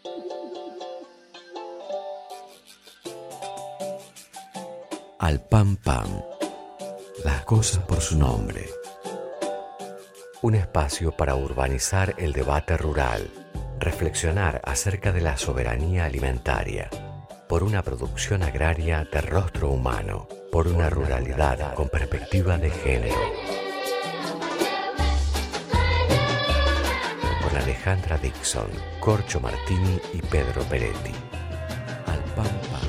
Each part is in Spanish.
Al Pan Pan, las cosas por su nombre. Un espacio para urbanizar el debate rural, reflexionar acerca de la soberanía alimentaria, por una producción agraria de rostro humano, por una ruralidad con perspectiva de género. Con Alejandra Dixon, Corcho Martini y Pedro Peretti. Al Pan Pan.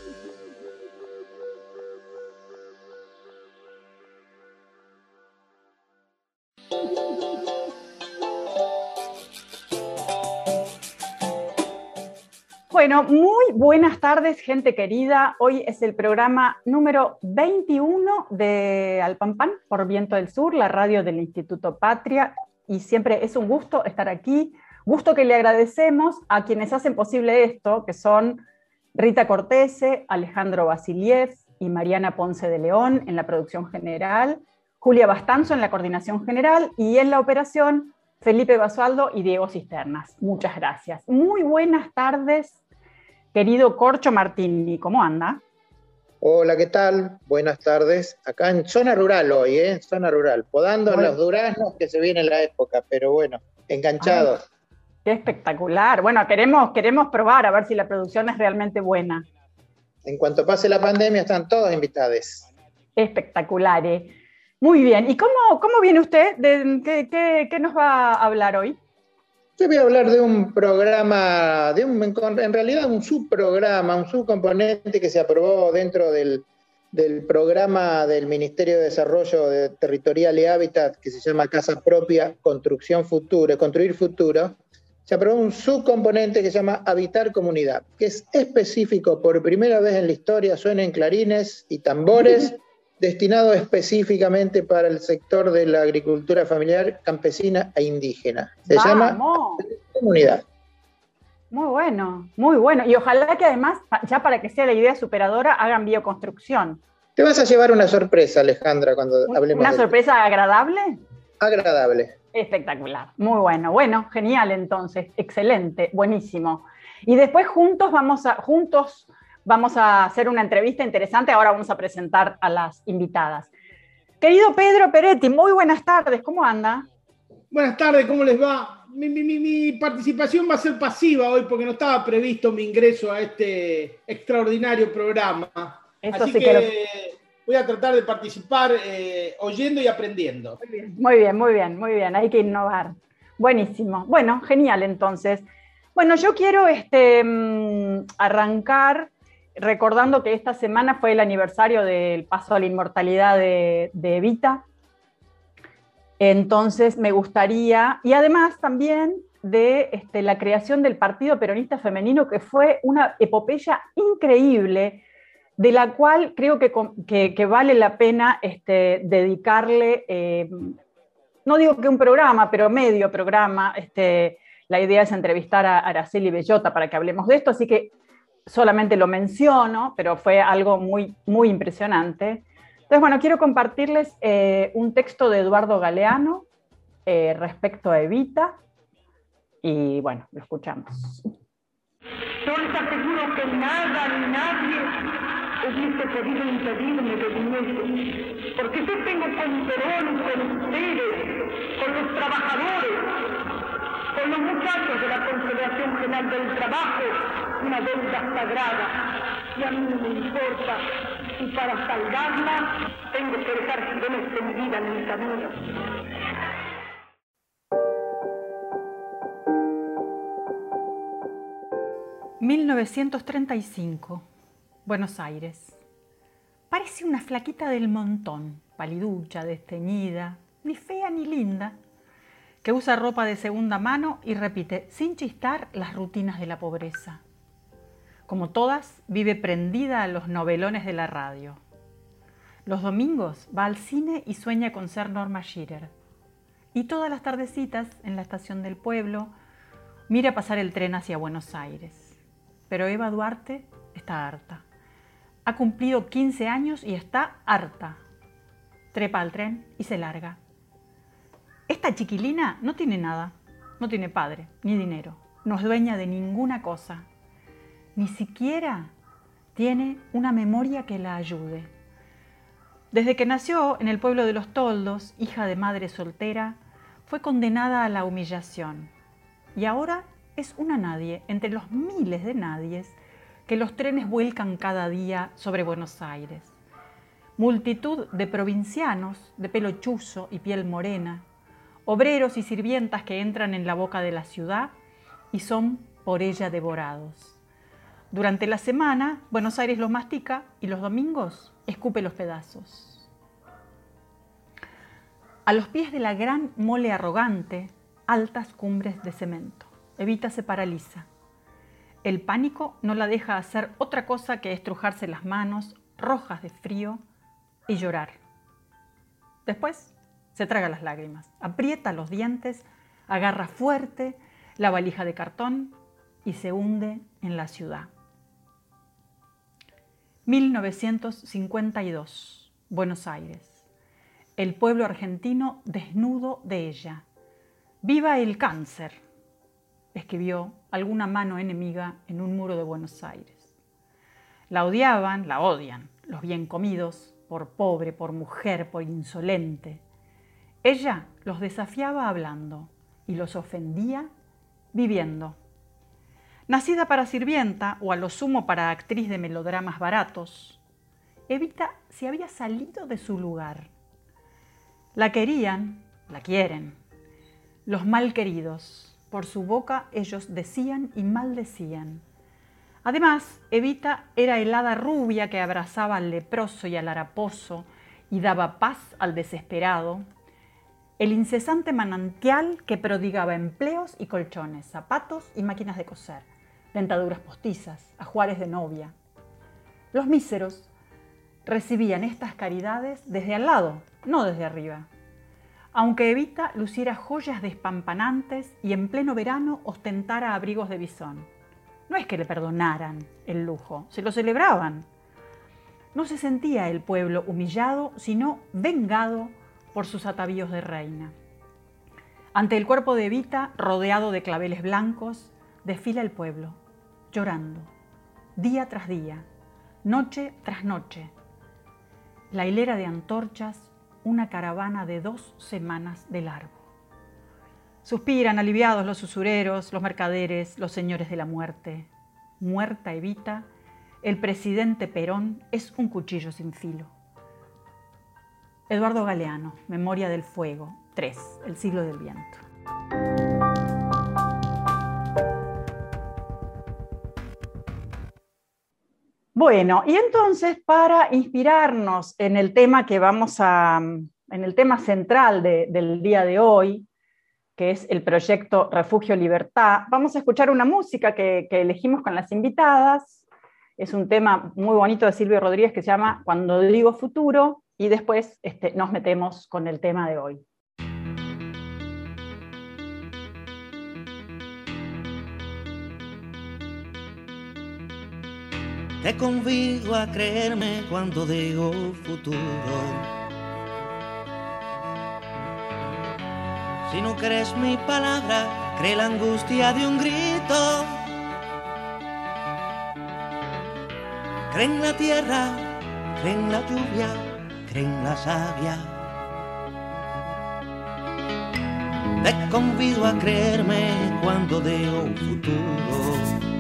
Bueno, muy buenas tardes, gente querida. Hoy es el programa número 21 de Al Pan Pan por Viento del Sur, la radio del Instituto Patria, y siempre es un gusto estar aquí. Gusto que le agradecemos a quienes hacen posible esto, que son Rita Cortese, Alejandro Vasiliev y Mariana Ponce de León en la producción general, Julia Bastanzo en la coordinación general y en la operación Felipe Basualdo y Diego Cisternas. Muchas gracias. Muy buenas tardes, querido Corcho Martini. ¿Cómo anda? Hola, ¿qué tal? Buenas tardes. Acá en zona rural hoy, en zona rural. Podando los duraznos que se viene la época, pero bueno, enganchados. Ay, qué espectacular. Bueno, queremos probar a ver si la producción es realmente buena. En cuanto pase la pandemia están todos invitados. Espectacular. Muy bien. ¿Y cómo viene usted? ¿Qué nos va a hablar hoy? Yo voy a hablar de un programa, en realidad un subprograma, un subcomponente que se aprobó dentro del programa del Ministerio de Desarrollo Territorial y Hábitat, que se llama Casa Propia, Construir Futuro. Se aprobó un subcomponente que se llama Habitar Comunidad, que es específico, por primera vez en la historia, suenan clarines y tambores, destinado específicamente para el sector de la agricultura familiar, campesina e indígena. Se llama Comunidad. Muy bueno, muy bueno. Y ojalá que además, ya para que sea la idea superadora, hagan bioconstrucción. Te vas a llevar una sorpresa, Alejandra, cuando hablemos. ¿Una sorpresa agradable? Agradable. Espectacular, muy bueno. Bueno, genial entonces, excelente, buenísimo. Y después juntos vamos a hacer una entrevista interesante. Ahora vamos a presentar a las invitadas. Querido Pedro Peretti, muy buenas tardes, ¿cómo anda? Buenas tardes, ¿cómo les va? Mi participación va a ser pasiva hoy porque no estaba previsto mi ingreso a este extraordinario programa. Así sí que voy a tratar de participar oyendo y aprendiendo. Muy bien, hay que innovar. Buenísimo. Bueno, genial entonces. Bueno, yo quiero arrancar recordando que esta semana fue el aniversario del paso a la inmortalidad de Evita. Entonces me gustaría, y además también de la creación del Partido Peronista Femenino, que fue una epopeya increíble, de la cual creo que vale la pena dedicarle, no digo que un programa, pero medio programa. La idea es entrevistar a Araceli Bellota para que hablemos de esto, así que solamente lo menciono, pero fue algo muy, muy impresionante. Entonces, bueno, quiero compartirles un texto de Eduardo Galeano respecto a Evita, y bueno, lo escuchamos. Yo les aseguro que nada ni nadie hubiese podido impedirme de viniese, porque yo tengo con Perón, con ustedes, con los trabajadores, con los muchachos de la Confederación General del Trabajo, una deuda sagrada, y a mí no me importa si para salvarla tengo que dejar girones de mi vida en mi camino. ...1935... Buenos Aires. Parece una flaquita del montón, paliducha, desteñida, ni fea ni linda, que usa ropa de segunda mano y repite sin chistar las rutinas de la pobreza. Como todas, vive prendida a los novelones de la radio. Los domingos va al cine y sueña con ser Norma Shearer. Y todas las tardecitas, en la estación del pueblo, mira pasar el tren hacia Buenos Aires. Pero Eva Duarte está harta. Ha cumplido 15 años y está harta. Trepa al tren y se larga. Esta chiquilina no tiene nada. No tiene padre, ni dinero, no es dueña de ninguna cosa. Ni siquiera tiene una memoria que la ayude. Desde que nació en el pueblo de Los Toldos, hija de madre soltera, fue condenada a la humillación. Y ahora es una nadie entre los miles de nadies que los trenes vuelcan cada día sobre Buenos Aires. Multitud de provincianos de pelo chuzo y piel morena, obreros y sirvientas que entran en la boca de la ciudad y son por ella devorados. Durante la semana, Buenos Aires los mastica y los domingos escupe los pedazos. A los pies de la gran mole arrogante, altas cumbres de cemento. Evita se paraliza. El pánico no la deja hacer otra cosa que estrujarse las manos, rojas de frío, y llorar. Después se traga las lágrimas, aprieta los dientes, agarra fuerte la valija de cartón y se hunde en la ciudad. 1952, Buenos Aires. El pueblo argentino desnudo de ella. ¡Viva el cáncer!, escribió alguna mano enemiga en un muro de Buenos Aires. La odiaban, la odian, los bien comidos, por pobre, por mujer, por insolente. Ella los desafiaba hablando y los ofendía viviendo. Nacida para sirvienta o a lo sumo para actriz de melodramas baratos, Evita se había salido de su lugar. La querían, la quieren, los mal queridos. Por su boca ellos decían y maldecían. Además, Evita era el hada rubia que abrazaba al leproso y al haraposo y daba paz al desesperado, el incesante manantial que prodigaba empleos y colchones, zapatos y máquinas de coser, dentaduras postizas, ajuares de novia. Los míseros recibían estas caridades desde al lado, no desde arriba. Aunque Evita luciera joyas despampanantes y en pleno verano ostentara abrigos de bisón. No es que le perdonaran el lujo, se lo celebraban. No se sentía el pueblo humillado, sino vengado por sus atavíos de reina. Ante el cuerpo de Evita, rodeado de claveles blancos, desfila el pueblo, llorando, día tras día, noche tras noche. La hilera de antorchas, una caravana de 2 semanas de largo. Suspiran aliviados los usureros, los mercaderes, los señores de la muerte. Muerta Evita, el presidente Perón es un cuchillo sin filo. Eduardo Galeano, Memoria del Fuego, 3, El siglo del viento. Bueno, y entonces para inspirarnos en el tema en el tema central del día de hoy, que es el proyecto Refugio Libertad, vamos a escuchar una música que elegimos con las invitadas. Es un tema muy bonito de Silvio Rodríguez que se llama Cuando digo futuro, y después nos metemos con el tema de hoy. Te convido a creerme cuando digo futuro. Si no crees mi palabra, cree la angustia de un grito. Cree en la tierra, cree en la lluvia, cree en la savia. Te convido a creerme cuando digo futuro.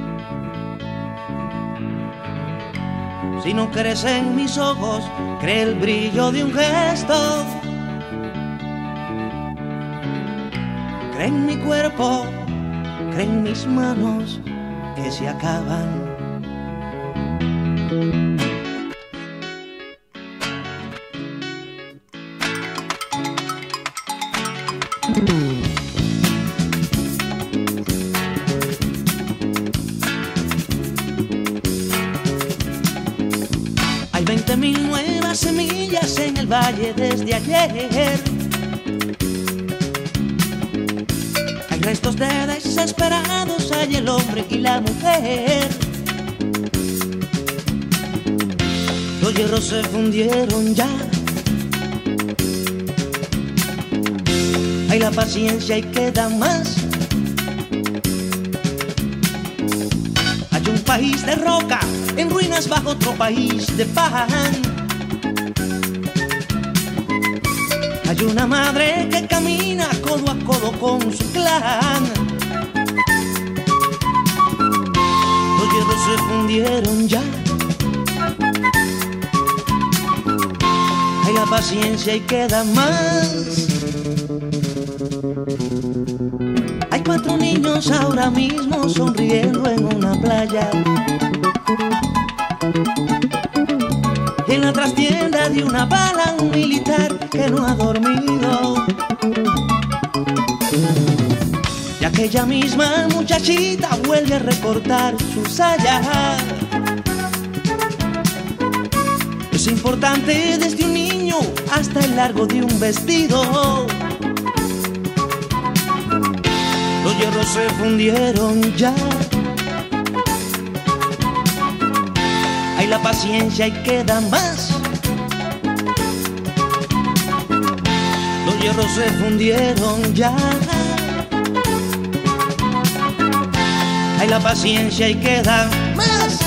Si no crees en mis ojos, cree el brillo de un gesto. Cree en mi cuerpo, cree en mis manos que se acaban. Hay 20.000 nuevas semillas en el valle desde ayer. Hay restos de desesperados, hay el hombre y la mujer. Los hierros se fundieron ya. Hay la paciencia y queda más. país de roca, en ruinas bajo otro país de pan. Hay una madre que camina codo a codo con su clan. Los hierros se fundieron ya. Hay la paciencia y queda más. Hay 4 niños ahora mismo sonriendo en una playa. En la trastienda de una bala un militar que no ha dormido. Y aquella misma muchachita vuelve a recortar su saya. Es importante desde un niño hasta el largo de un vestido. Los hierros se fundieron ya. Hay la paciencia y queda más. Los hierros se fundieron ya. Hay la paciencia y queda más.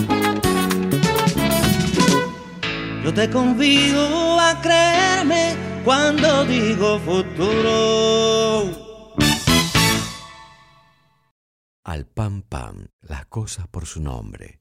Yo te convido a creerme cuando digo futuro. Al pam pam, las cosas por su nombre.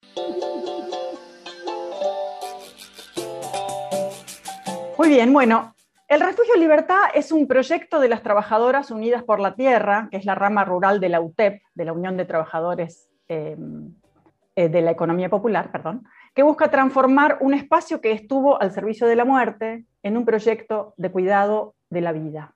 Muy bien, bueno, el Refugio Libertad es un proyecto de las Trabajadoras Unidas por la Tierra, que es la rama rural de la UTEP, de la Unión de Trabajadores de la Economía Popular, que busca transformar un espacio que estuvo al servicio de la muerte en un proyecto de cuidado de la vida.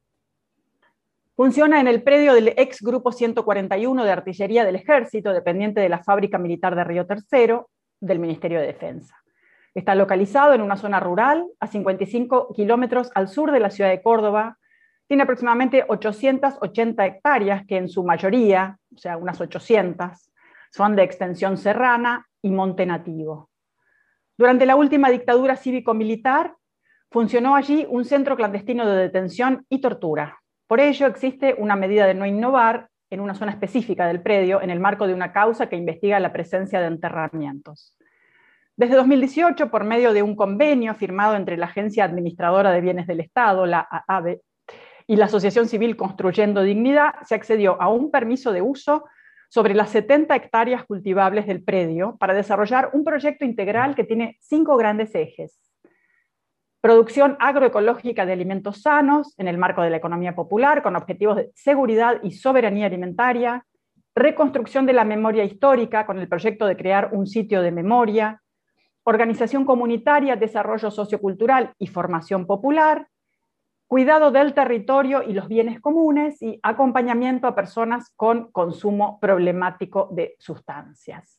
Funciona en el predio del ex Grupo 141 de Artillería del Ejército, dependiente de la Fábrica Militar de Río Tercero, del Ministerio de Defensa. Está localizado en una zona rural, a 55 kilómetros al sur de la ciudad de Córdoba. Tiene aproximadamente 880 hectáreas, que en su mayoría, o sea, unas 800, son de extensión serrana y monte nativo. Durante la última dictadura cívico-militar, funcionó allí un centro clandestino de detención y tortura. Por ello existe una medida de no innovar en una zona específica del predio, en el marco de una causa que investiga la presencia de enterramientos. Desde 2018, por medio de un convenio firmado entre la Agencia Administradora de Bienes del Estado, la AABE, y la Asociación Civil Construyendo Dignidad, se accedió a un permiso de uso sobre las 70 hectáreas cultivables del predio para desarrollar un proyecto integral que tiene 5 grandes ejes. Producción agroecológica de alimentos sanos en el marco de la economía popular, con objetivos de seguridad y soberanía alimentaria, reconstrucción de la memoria histórica con el proyecto de crear un sitio de memoria, organización comunitaria, desarrollo sociocultural y formación popular, cuidado del territorio y los bienes comunes y acompañamiento a personas con consumo problemático de sustancias.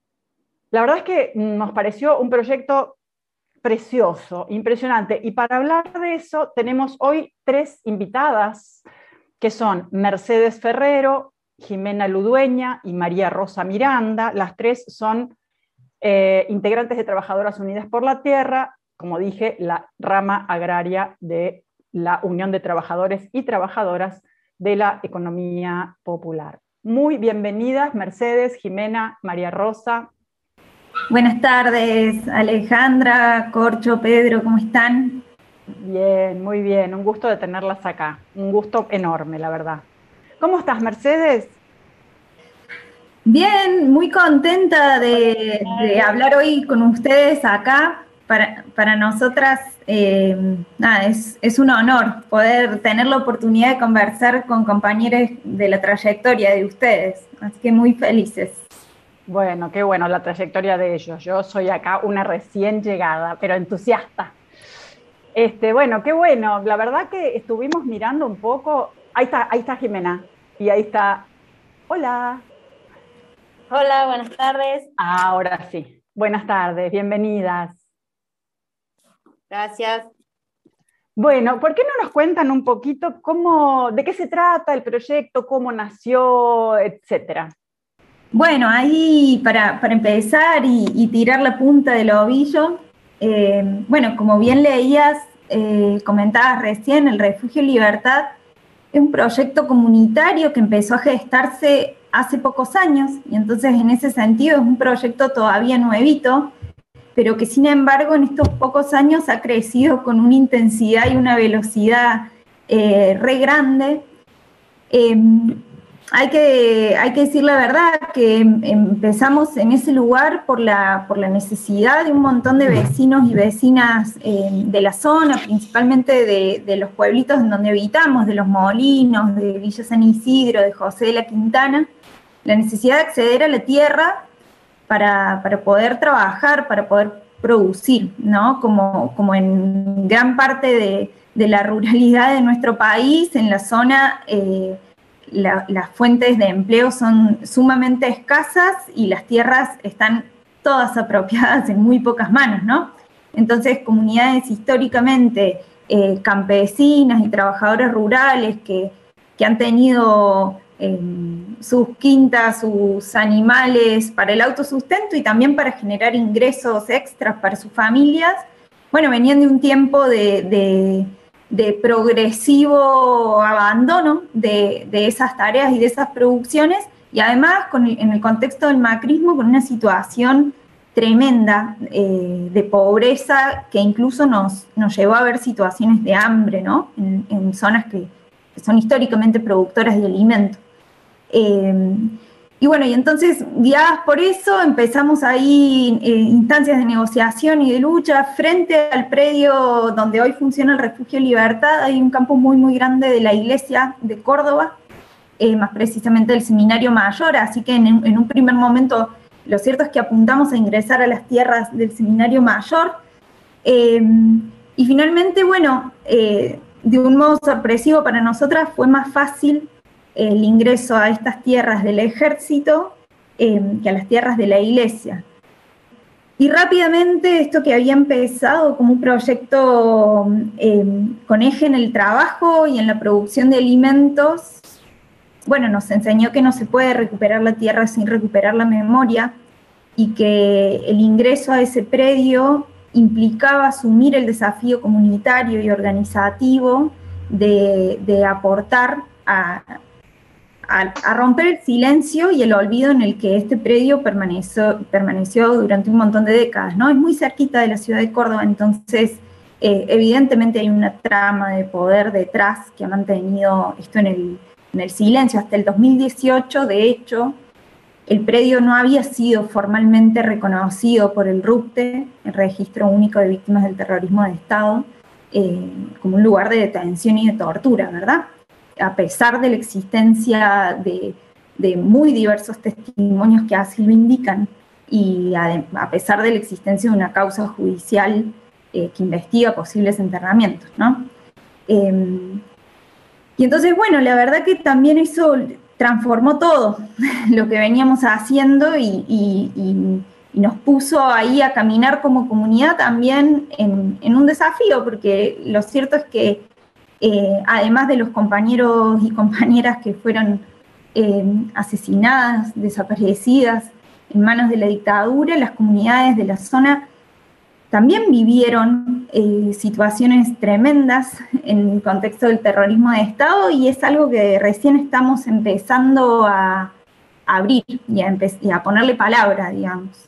La verdad es que nos pareció un proyecto precioso, impresionante, y para hablar de eso tenemos hoy 3 invitadas, que son Mercedes Ferrero, Jimena Ludueña y María Rosa Miranda. Las 3 son integrantes de Trabajadoras Unidas por la Tierra, como dije, la rama agraria de la Unión de Trabajadores y Trabajadoras de la Economía Popular. Muy bienvenidas, Mercedes, Jimena, María Rosa. Buenas tardes, Alejandra, Corcho, Pedro, ¿cómo están? Bien, muy bien, un gusto de tenerlas acá, un gusto enorme, la verdad. ¿Cómo estás, Mercedes? Bien, muy contenta de hablar hoy con ustedes acá. Para nosotras es un honor poder tener la oportunidad de conversar con compañeros de la trayectoria de ustedes, así que muy felices. Bueno, qué bueno la trayectoria de ellos. Yo soy acá una recién llegada, pero entusiasta. Bueno, qué bueno. La verdad que estuvimos mirando un poco. Ahí está Jimena. Y ahí está. Hola. Hola, buenas tardes. Ahora sí. Buenas tardes, bienvenidas. Gracias. Bueno, ¿por qué no nos cuentan un poquito de qué se trata el proyecto, cómo nació, etcétera? Bueno, ahí para empezar y tirar la punta del ovillo, bueno, como bien leías, comentabas recién, el Refugio Libertad es un proyecto comunitario que empezó a gestarse hace pocos años, y entonces en ese sentido es un proyecto todavía nuevito, pero que sin embargo en estos pocos años ha crecido con una intensidad y una velocidad re grande. Hay que decir la verdad que empezamos en ese lugar por la necesidad de un montón de vecinos y vecinas de la zona, principalmente de los pueblitos en donde habitamos, de Los Molinos, de Villa San Isidro, de José de la Quintana, la necesidad de acceder a la tierra para poder trabajar, para poder producir, ¿no? Como en gran parte de la ruralidad de nuestro país, en la zona las fuentes de empleo son sumamente escasas y las tierras están todas apropiadas en muy pocas manos, ¿no? Entonces, comunidades históricamente campesinas y trabajadores rurales que han tenido sus quintas, sus animales para el autosustento y también para generar ingresos extras para sus familias, bueno, venían de un tiempo de progresivo abandono de esas tareas y de esas producciones, y además en el contexto del macrismo con una situación tremenda de pobreza que incluso nos llevó a ver situaciones de hambre, ¿no? En zonas que son históricamente productoras de alimentos. Y bueno, y entonces, guiadas por eso, empezamos ahí instancias de negociación y de lucha frente al predio donde hoy funciona el Refugio Libertad. Hay un campo muy, muy grande de la iglesia de Córdoba, más precisamente del Seminario Mayor, así que en un primer momento lo cierto es que apuntamos a ingresar a las tierras del Seminario Mayor. Y finalmente, bueno, de un modo sorpresivo para nosotras fue más fácil el ingreso a estas tierras del ejército que a las tierras de la iglesia. Y rápidamente esto que había empezado como un proyecto con eje en el trabajo y en la producción de alimentos, bueno, nos enseñó que no se puede recuperar la tierra sin recuperar la memoria, y que el ingreso a ese predio implicaba asumir el desafío comunitario y organizativo de aportar a romper el silencio y el olvido en el que este predio permaneció durante un montón de décadas, ¿no? Es muy cerquita de la ciudad de Córdoba, entonces evidentemente hay una trama de poder detrás que ha mantenido esto en el silencio. Hasta el 2018, de hecho, el predio no había sido formalmente reconocido por el RUPTE, el Registro Único de Víctimas del Terrorismo de Estado, como un lugar de detención y de tortura, ¿verdad? A pesar de la existencia de muy diversos testimonios que así lo indican, y a pesar de la existencia de una causa judicial que investiga posibles enterramientos, ¿no? Y entonces, bueno, la verdad que también eso transformó todo lo que veníamos haciendo y nos puso ahí a caminar como comunidad también en un desafío, porque lo cierto es que además de los compañeros y compañeras que fueron asesinadas, desaparecidas en manos de la dictadura, las comunidades de la zona también vivieron situaciones tremendas en el contexto del terrorismo de Estado, y es algo que recién estamos empezando a abrir y a ponerle palabra, digamos.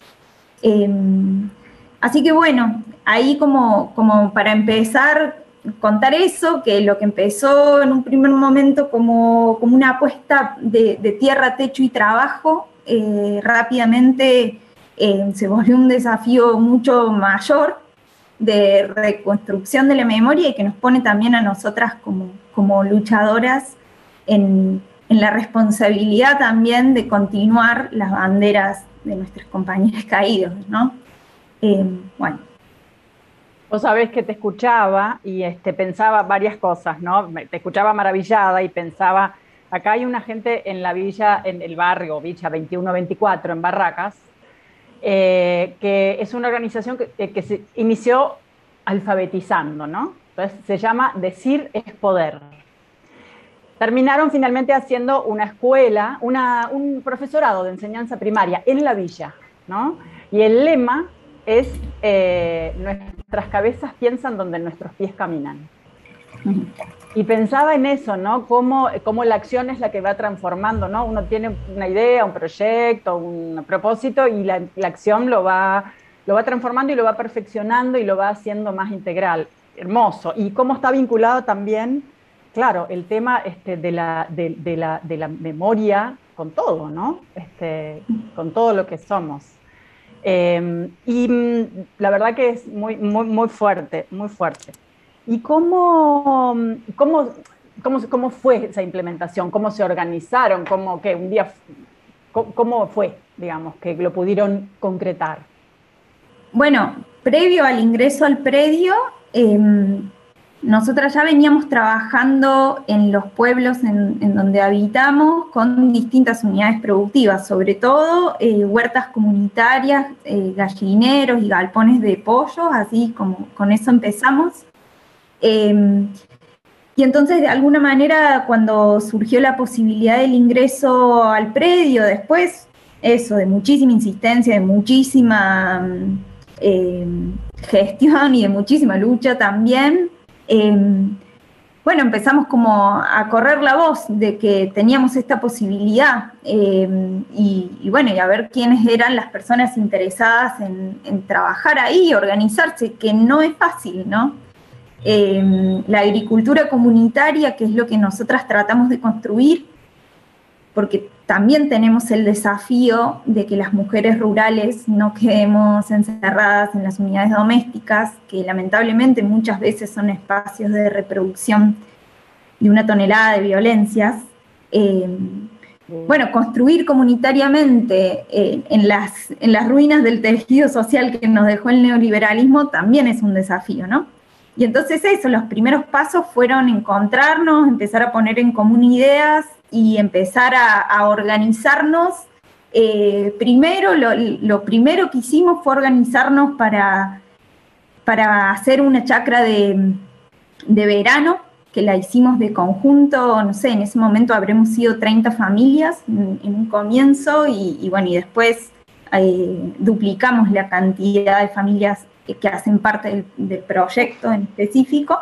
Así que bueno, ahí como para empezar, contar eso, que lo que empezó en un primer momento como una apuesta de tierra, techo y trabajo, rápidamente se volvió un desafío mucho mayor de reconstrucción de la memoria, y que nos pone también a nosotras como luchadoras en la responsabilidad también de continuar las banderas de nuestros compañeros caídos, ¿no? Bueno. Vos sabés que te escuchaba y pensaba varias cosas, ¿no? Te escuchaba maravillada y pensaba, acá hay una gente en la villa, en el barrio, Villa 2124, en Barracas, que es una organización que se inició alfabetizando, ¿no? Entonces se llama Decir es Poder. Terminaron finalmente haciendo una escuela, un profesorado de enseñanza primaria en la villa, ¿no? Y el lema es nuestras cabezas piensan donde nuestros pies caminan. Y pensaba en eso, ¿no? Cómo la acción es la que va transformando, ¿no? Uno tiene una idea, un proyecto, un propósito y la acción lo va transformando y lo va perfeccionando y lo va haciendo más integral. Hermoso. Y cómo está vinculado también, claro, el tema de la memoria con todo, ¿no? Con todo lo que somos. La verdad que es muy, muy, muy fuerte, muy fuerte. ¿Y cómo fue esa implementación? ¿Cómo se organizaron? ¿Cómo fue, digamos, que lo pudieron concretar? Bueno, previo al ingreso al predio, nosotras ya veníamos trabajando en los pueblos en donde habitamos con distintas unidades productivas, sobre todo huertas comunitarias, gallineros y galpones de pollos, así como con eso empezamos. Y entonces, de alguna manera, cuando surgió la posibilidad del ingreso al predio, después, eso, de muchísima insistencia, de muchísima gestión y de muchísima lucha también, bueno, empezamos como a correr la voz de que teníamos esta posibilidad y bueno, y a ver quiénes eran las personas interesadas en trabajar ahí, organizarse, que no es fácil, ¿no? La agricultura comunitaria, que es lo que nosotras tratamos de construir, porque también tenemos el desafío de que las mujeres rurales no quedemos encerradas en las unidades domésticas, que lamentablemente muchas veces son espacios de reproducción de una tonelada de violencias. Bueno, construir comunitariamente en las ruinas del tejido social que nos dejó el neoliberalismo también es un desafío, ¿no? Y entonces eso, los primeros pasos fueron encontrarnos, empezar a poner en común ideas y empezar a organizarnos. Primero, lo primero que hicimos fue organizarnos para hacer una chacra de verano, que la hicimos de conjunto, no sé, en ese momento habremos sido 30 familias en un comienzo y bueno, y después duplicamos la cantidad de familias que hacen parte del proyecto en específico.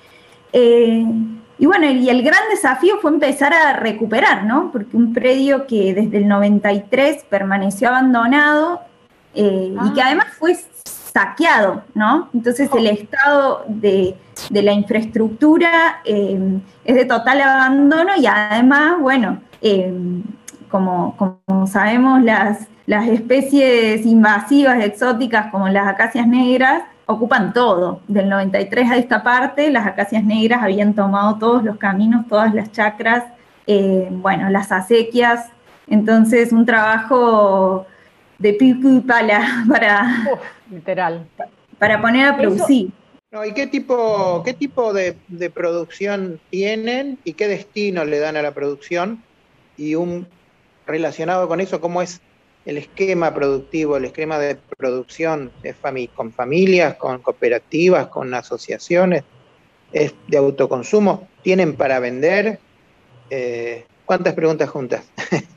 Y bueno, y el gran desafío fue empezar a recuperar, ¿no? Porque un predio que desde el 93 permaneció abandonado y que además fue saqueado, ¿no? Entonces el estado de la infraestructura es de total abandono y además, bueno, como sabemos, las especies invasivas exóticas como las acacias negras ocupan todo. Del 93 a esta parte, las acacias negras habían tomado todos los caminos, todas las chacras, bueno, las acequias. Entonces, un trabajo de pico y pala literal. Para poner a producir. No, ¿y qué tipo de producción tienen y qué destino le dan a la producción? Y relacionado con eso, ¿cómo es el esquema productivo, el esquema de producción? ¿Es con familias, con cooperativas, con asociaciones? ¿Es de autoconsumo? ¿Tienen para vender? ¿Cuántas preguntas juntas?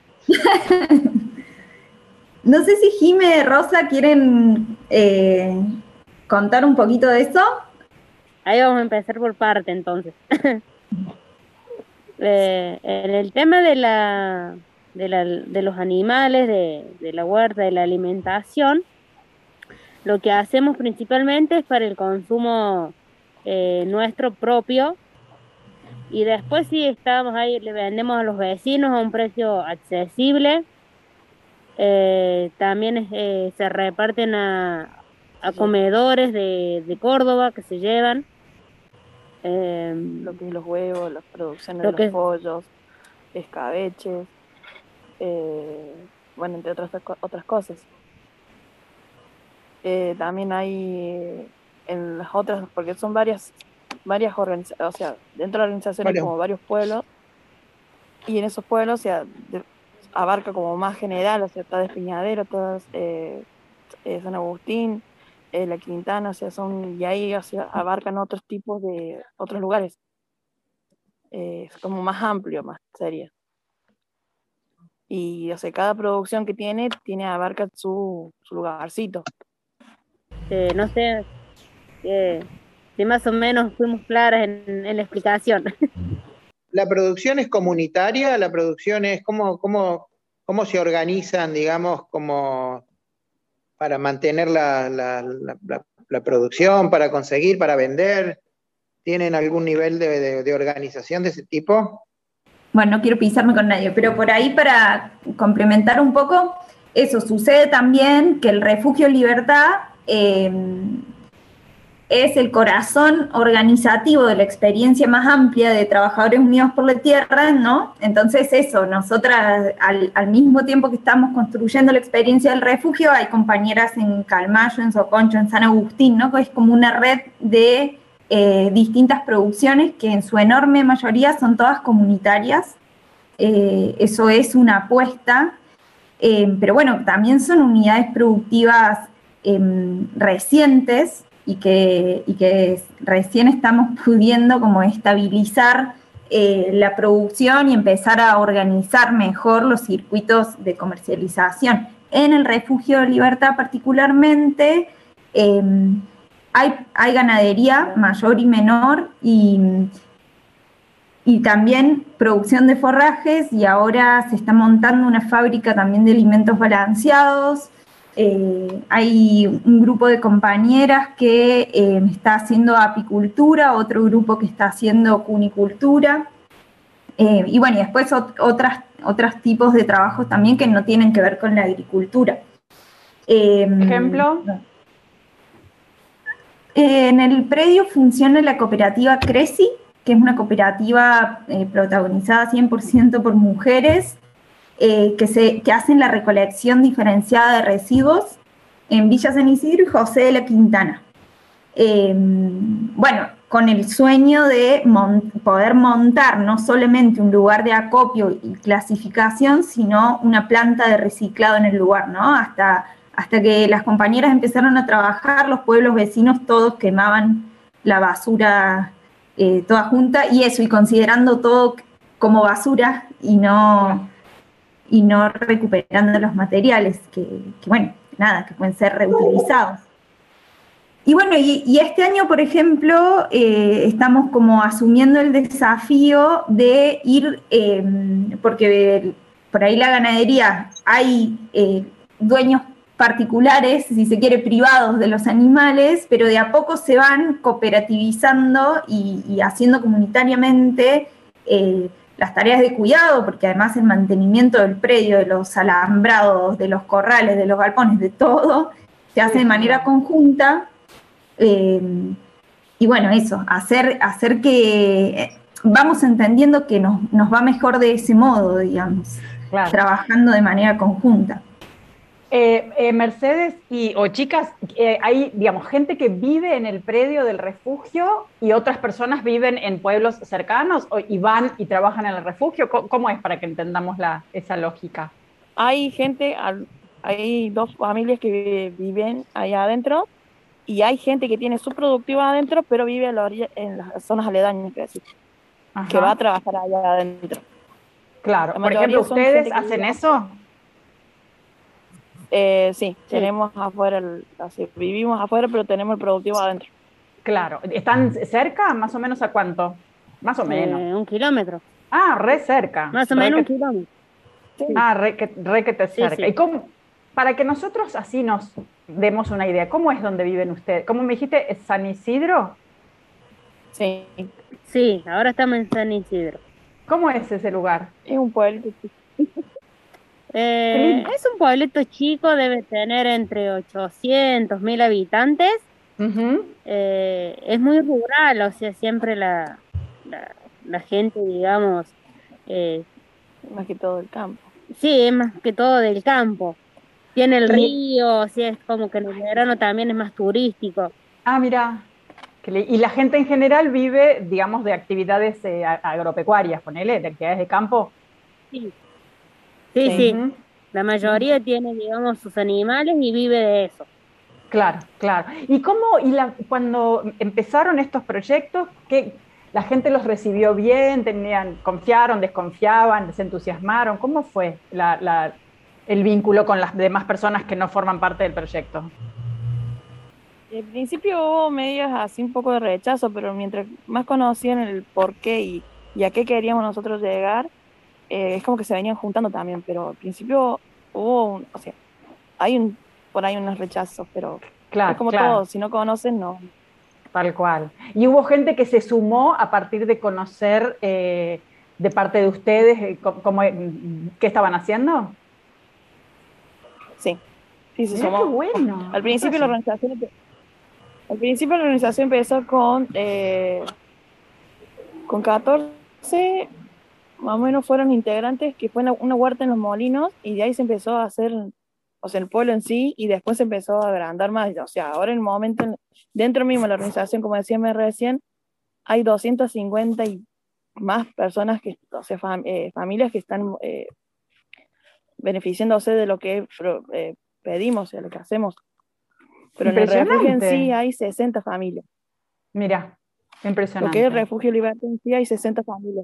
No sé si Jime, Rosa, quieren contar un poquito de eso. Ahí vamos a empezar por parte, entonces. En el tema de los animales, de la huerta, de la alimentación, lo que hacemos principalmente es para el consumo nuestro propio, y después sí estamos ahí, le vendemos a los vecinos a un precio accesible. También se reparten a comedores de Córdoba que se llevan. Lo que es los huevos, las producciones de los pollos, escabeches, bueno, entre otras cosas. También hay en las otras, porque son varias organizaciones, o sea, dentro de la organización hay como varios pueblos, y en esos pueblos, o sea, abarca como más general, o sea, está Despeñadero, todas San Agustín, La Quintana, o sea, y ahí, o sea, abarcan otros tipos de otros lugares. Es como más amplio, más seria. Y, o sea, cada producción que abarca su lugarcito. No sé, si más o menos fuimos claras en la explicación. ¿La producción es comunitaria? ¿La producción es cómo se organizan, digamos, como para mantener la producción, para conseguir, para vender? ¿Tienen algún nivel de organización de ese tipo? Bueno, no quiero pisarme con nadie, pero por ahí para complementar un poco, eso sucede también que el Refugio Libertad es el corazón organizativo de la experiencia más amplia de Trabajadores Unidos por la Tierra, ¿no? Entonces eso, nosotras al mismo tiempo que estamos construyendo la experiencia del refugio, hay compañeras en Calmayo, en Soconcho, en San Agustín, ¿no? Que es como una red de distintas producciones que en su enorme mayoría son todas comunitarias. Eso es una apuesta, pero bueno, también son unidades productivas recientes y que recién estamos pudiendo como estabilizar la producción y empezar a organizar mejor los circuitos de comercialización. En el Refugio Libertad particularmente hay ganadería mayor y menor y también producción de forrajes, y ahora se está montando una fábrica también de alimentos balanceados. Hay un grupo de compañeras que está haciendo apicultura, otro grupo que está haciendo cunicultura, y bueno, y después otros tipos de trabajos también que no tienen que ver con la agricultura. ¿Ejemplo? En el predio funciona la cooperativa Creci, que es una cooperativa protagonizada 100% por mujeres, que hacen la recolección diferenciada de residuos en Villa San Isidro y José de la Quintana. Bueno, con el sueño de poder montar no solamente un lugar de acopio y clasificación, sino una planta de reciclado en el lugar, ¿no? Hasta que las compañeras empezaron a trabajar, los pueblos vecinos todos quemaban la basura toda junta, y considerando todo como basura y no recuperando los materiales que pueden ser reutilizados. Y bueno, y este año, por ejemplo, estamos como asumiendo el desafío de ir, porque por ahí la ganadería hay dueños particulares, si se quiere, privados de los animales, pero de a poco se van cooperativizando y haciendo comunitariamente las tareas de cuidado, porque además el mantenimiento del predio, de los alambrados, de los corrales, de los galpones, de todo, se hace de manera conjunta. Y bueno, eso, hacer que vamos entendiendo que nos va mejor de ese modo, digamos, claro, trabajando de manera conjunta. Mercedes o chicas, hay, digamos, gente que vive en el predio del refugio y otras personas viven en pueblos cercanos y van y trabajan en el refugio. ¿Cómo es para que entendamos esa lógica? Hay hay 2 familias que viven allá adentro, y hay gente que tiene su productivo adentro, pero vive en las zonas aledañas, que va a trabajar allá adentro. Claro, por ejemplo, ¿ustedes hacen eso? Sí, tenemos afuera, vivimos afuera, pero tenemos el productivo adentro. Claro, ¿están cerca? ¿Más o menos a cuánto? Más o menos. 1 kilómetro. Ah, re cerca. Más o menos 1 kilómetro. Sí. Ah, re que te cerca. Sí. ¿Y cómo, para que nosotros así nos demos una idea, cómo es donde viven ustedes? ¿Cómo me dijiste? ¿Es San Isidro? Sí. Sí, ahora estamos en San Isidro. ¿Cómo es ese lugar? Es un pueblito. Es un pueblito chico, debe tener entre 800, 1000 habitantes. Uh-huh. Es muy rural, o sea, siempre la gente, digamos... más que todo del campo. Sí, es más que todo del campo. Tiene el río, o sea, es como que en el verano también es más turístico. Ah, mira. Y la gente en general vive, digamos, de actividades agropecuarias, ponele, de actividades de campo. Sí. Sí. La mayoría tiene, digamos, sus animales y vive de eso. Claro. ¿Y cuando empezaron estos proyectos, la gente los recibió bien? ¿Confiaron, desconfiaban, les entusiasmaron? ¿Cómo fue el vínculo con las demás personas que no forman parte del proyecto? Al principio hubo medidas así un poco de rechazo, pero mientras más conocían el por qué y a qué queríamos nosotros llegar, es como que se venían juntando también, pero al principio hubo, o sea, por ahí unos rechazos, pero Claro, es como claro. todo, si no conocen, no. Tal cual. ¿Y hubo gente que se sumó a partir de conocer de parte de ustedes qué estaban haciendo? Sí, se Mirá sumó. qué bueno. Al principio la organización empezó con 14, más o menos fueron integrantes, que fue una huerta en Los Molinos, y de ahí se empezó a hacer, o sea, el pueblo en sí, y después se empezó a agrandar más. O sea, ahora en el momento, dentro mismo de la organización, como decía recién, hay 250 y más personas, o sea, familias que están beneficiándose de lo que pedimos, de lo que hacemos. Pero en el refugio en sí hay 60 familias. Mira, impresionante. Lo que es el refugio Libertad en sí hay 60 familias.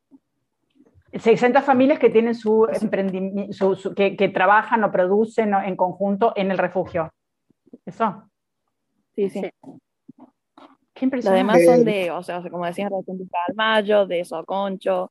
60 familias que tienen su emprendimiento, que trabajan o producen en conjunto en el refugio. ¿Eso? Sí. Qué impresionante. Los demás son de, o sea, como decían, de Calmayo, de Soconcho.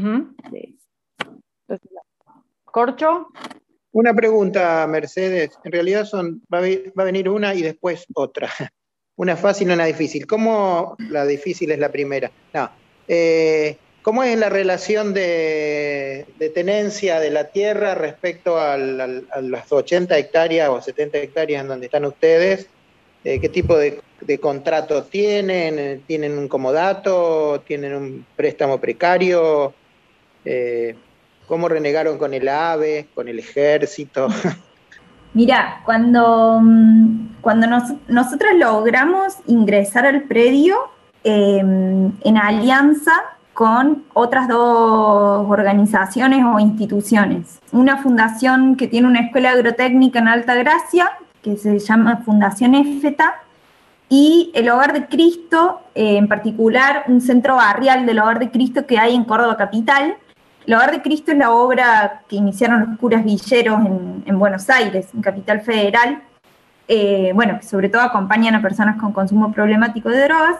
¿Corcho? Una pregunta, Mercedes. En realidad va a venir una y después otra. Una fácil y una difícil. ¿Cómo la difícil es la primera? No. ¿Cómo es la relación de tenencia de la tierra respecto a las 80 hectáreas o 70 hectáreas en donde están ustedes? ¿Qué tipo de contrato tienen? ¿Tienen un comodato? ¿Tienen un préstamo precario? ¿Cómo renegaron con el AVE, con el ejército? Mira, cuando nosotros logramos ingresar al predio en alianza con otras dos organizaciones o instituciones. Una fundación que tiene una escuela agrotécnica en Altagracia, que se llama Fundación EFETA, y el Hogar de Cristo, en particular un centro barrial del Hogar de Cristo que hay en Córdoba Capital. El Hogar de Cristo es la obra que iniciaron los curas villeros en Buenos Aires, en Capital Federal, que sobre todo acompañan a personas con consumo problemático de drogas.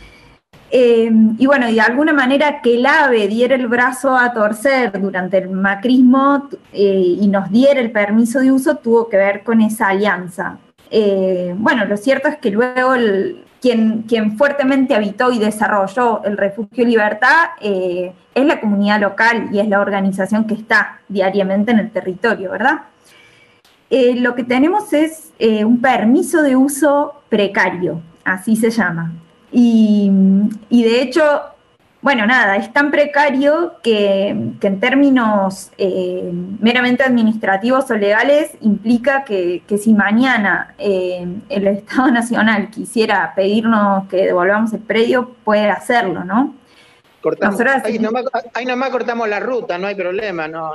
Y de alguna manera que el AVE diera el brazo a torcer durante el macrismo y nos diera el permiso de uso tuvo que ver con esa alianza. Lo cierto es que luego quien fuertemente habitó y desarrolló el Refugio Libertad es la comunidad local y es la organización que está diariamente en el territorio, ¿verdad? Lo que tenemos es un permiso de uso precario, así se llama. Y de hecho, es tan precario que en términos meramente administrativos o legales implica que si mañana el Estado Nacional quisiera pedirnos que devolvamos el predio, puede hacerlo, ¿no? Ahí nomás cortamos la ruta, no hay problema, no.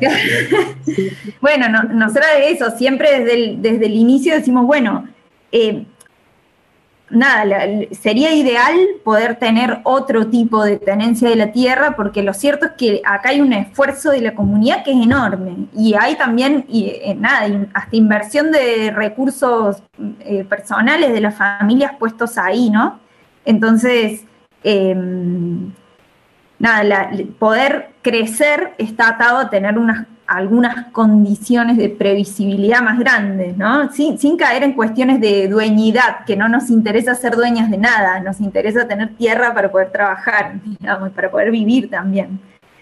Nosotros de eso, siempre desde el inicio decimos, sería ideal poder tener otro tipo de tenencia de la tierra, porque lo cierto es que acá hay un esfuerzo de la comunidad que es enorme, y hay también, hasta inversión de recursos personales de las familias puestos ahí, ¿no? Entonces, poder crecer está atado a tener algunas condiciones de previsibilidad más grandes, ¿no? Sin caer en cuestiones de dueñidad, que no nos interesa ser dueñas de nada, nos interesa tener tierra para poder trabajar, digamos, para poder vivir también.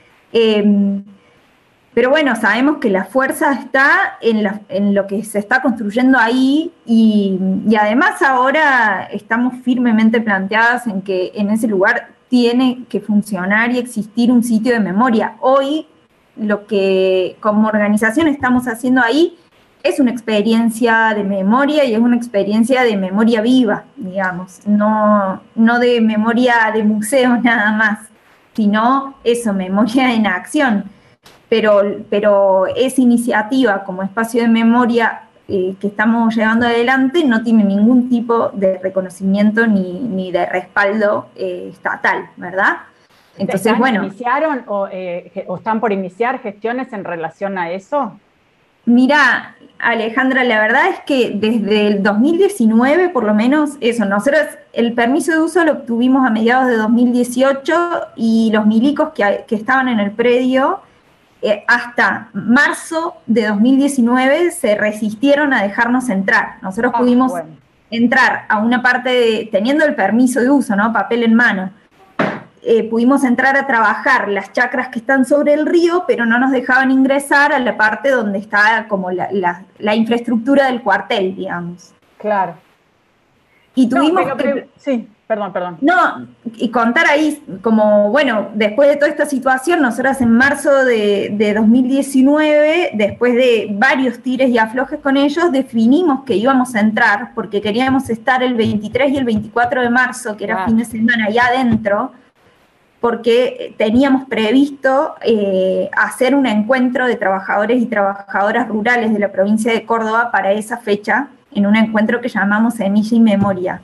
Pero sabemos que la fuerza está en lo que se está construyendo ahí y además ahora estamos firmemente planteadas en que en ese lugar tiene que funcionar y existir un sitio de memoria. Hoy lo que como organización estamos haciendo ahí es una experiencia de memoria y es una experiencia de memoria viva, digamos, no de memoria de museo nada más, sino eso, memoria en acción. Pero esa iniciativa como espacio de memoria que estamos llevando adelante no tiene ningún tipo de reconocimiento ni de respaldo estatal, ¿verdad? Entonces, ¿Iniciaron o están por iniciar gestiones en relación a eso? Mira, Alejandra, la verdad es que desde el 2019, por lo menos, nosotros el permiso de uso lo obtuvimos a mediados de 2018 y los milicos que estaban en el predio hasta marzo de 2019 se resistieron a dejarnos entrar. Nosotros pudimos entrar a una parte teniendo el permiso de uso, ¿no? Papel en mano. Pudimos entrar a trabajar las chacras que están sobre el río, pero no nos dejaban ingresar a la parte donde está como la infraestructura del cuartel, digamos. Claro. Y tuvimos sí, perdón. No, y contar ahí, como, bueno, después de toda esta situación, nosotros en marzo de 2019, después de varios tires y aflojes con ellos, definimos que íbamos a entrar, porque queríamos estar el 23 y el 24 de marzo, que era fin de semana, allá adentro, porque teníamos previsto hacer un encuentro de trabajadores y trabajadoras rurales de la provincia de Córdoba para esa fecha, en un encuentro que llamamos Semilla y Memoria.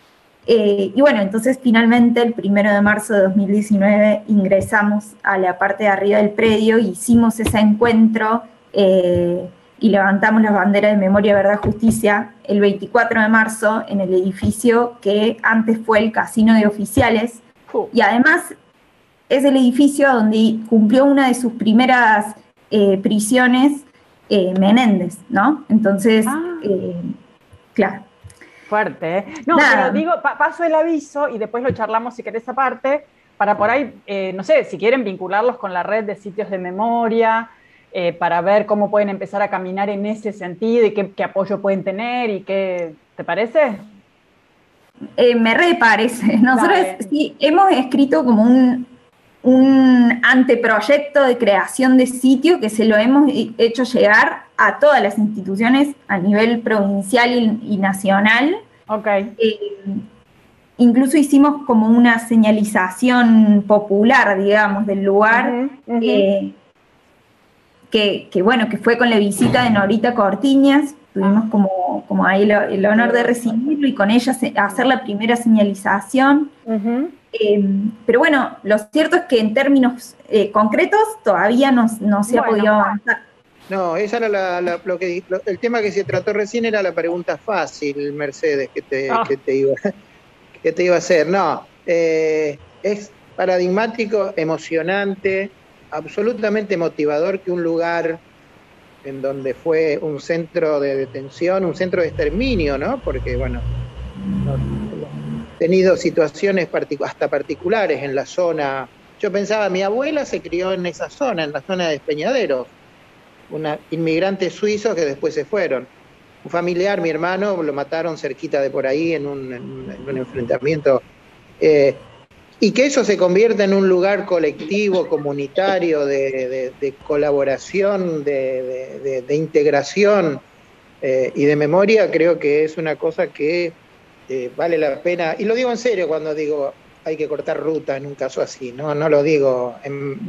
Y bueno, entonces finalmente el 1 de marzo de 2019 ingresamos a la parte de arriba del predio, hicimos ese encuentro y levantamos las banderas de Memoria, Verdad, Justicia el 24 de marzo en el edificio que antes fue el Casino de Oficiales, y además es el edificio donde cumplió una de sus primeras prisiones Menéndez, ¿no? Entonces, claro. Fuerte, ¿eh? No, pero digo, paso el aviso y después lo charlamos si querés aparte, para por ahí, no sé, si quieren vincularlos con la red de sitios de memoria, para ver cómo pueden empezar a caminar en ese sentido y qué apoyo pueden tener y qué, ¿te parece? Me parece. Nosotros sí hemos escrito como un anteproyecto de creación de sitio que se lo hemos hecho llegar a todas las instituciones a nivel provincial y nacional. Incluso hicimos como una señalización popular, digamos, del lugar, que bueno, que fue con la visita de Norita Cortiñas. Tuvimos como ahí el honor de recibirlo y con ella hacer la primera señalización. Pero bueno, lo cierto es que en términos concretos todavía no se ha podido avanzar. No, esa era el tema que se trató recién era la pregunta fácil, Mercedes, que te iba a hacer. No, es paradigmático, emocionante, absolutamente motivador que un lugar en donde fue un centro de detención, un centro de exterminio, ¿no? Porque, bueno, hemos tenido situaciones hasta particulares en la zona. Yo pensaba, mi abuela se crió en esa zona, en la zona de Despeñaderos, inmigrantes suizos que después se fueron. Un familiar, mi hermano, lo mataron cerquita de por ahí en un enfrentamiento. Y que eso se convierta en un lugar colectivo, comunitario, de colaboración, de integración y de memoria, creo que es una cosa que vale la pena. Y lo digo en serio cuando digo hay que cortar ruta en un caso así, no lo digo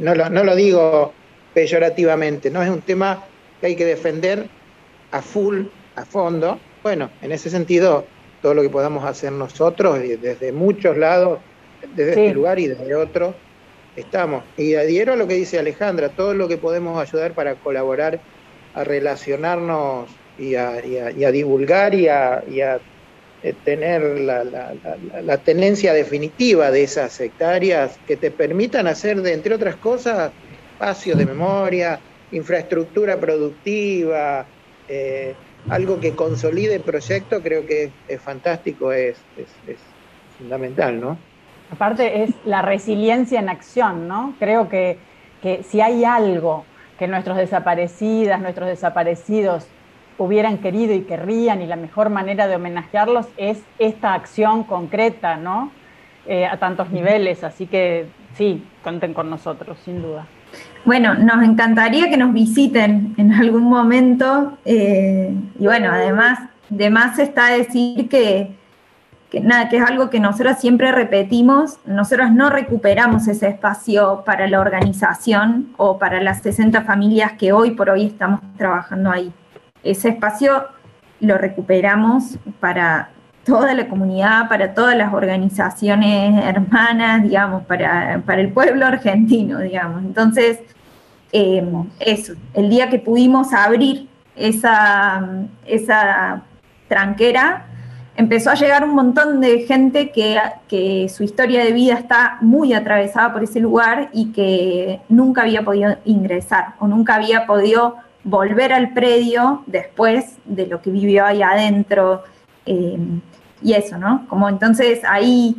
peyorativamente, no es un tema que hay que defender a full, a fondo. Bueno, en ese sentido, todo lo que podamos hacer nosotros desde muchos lados, desde este lugar y desde otro, estamos. Y adhiero a lo que dice Alejandra, todo lo que podemos ayudar para colaborar, a relacionarnos y a divulgar y a tener la tenencia definitiva de esas hectáreas que te permitan hacer, entre otras cosas, espacios de memoria, infraestructura productiva, algo que consolide el proyecto, creo que es fantástico, es fundamental, ¿no? Aparte es la resiliencia en acción, ¿no? Creo que si hay algo que nuestros desaparecidos hubieran querido y querrían, y la mejor manera de homenajearlos es esta acción concreta, ¿no? A tantos niveles, así que sí, cuenten con nosotros, sin duda. Bueno, nos encantaría que nos visiten en algún momento, y bueno, además, de más está decir que es algo que nosotros siempre repetimos, nosotros no recuperamos ese espacio para la organización o para las 60 familias que hoy por hoy estamos trabajando ahí. Ese espacio lo recuperamos para toda la comunidad, para todas las organizaciones hermanas, digamos, para el pueblo argentino, digamos. Entonces, eso, el día que pudimos abrir esa tranquera, empezó a llegar un montón de gente que su historia de vida está muy atravesada por ese lugar y que nunca había podido ingresar o nunca había podido volver al predio después de lo que vivió ahí adentro, y eso, ¿no? Como entonces ahí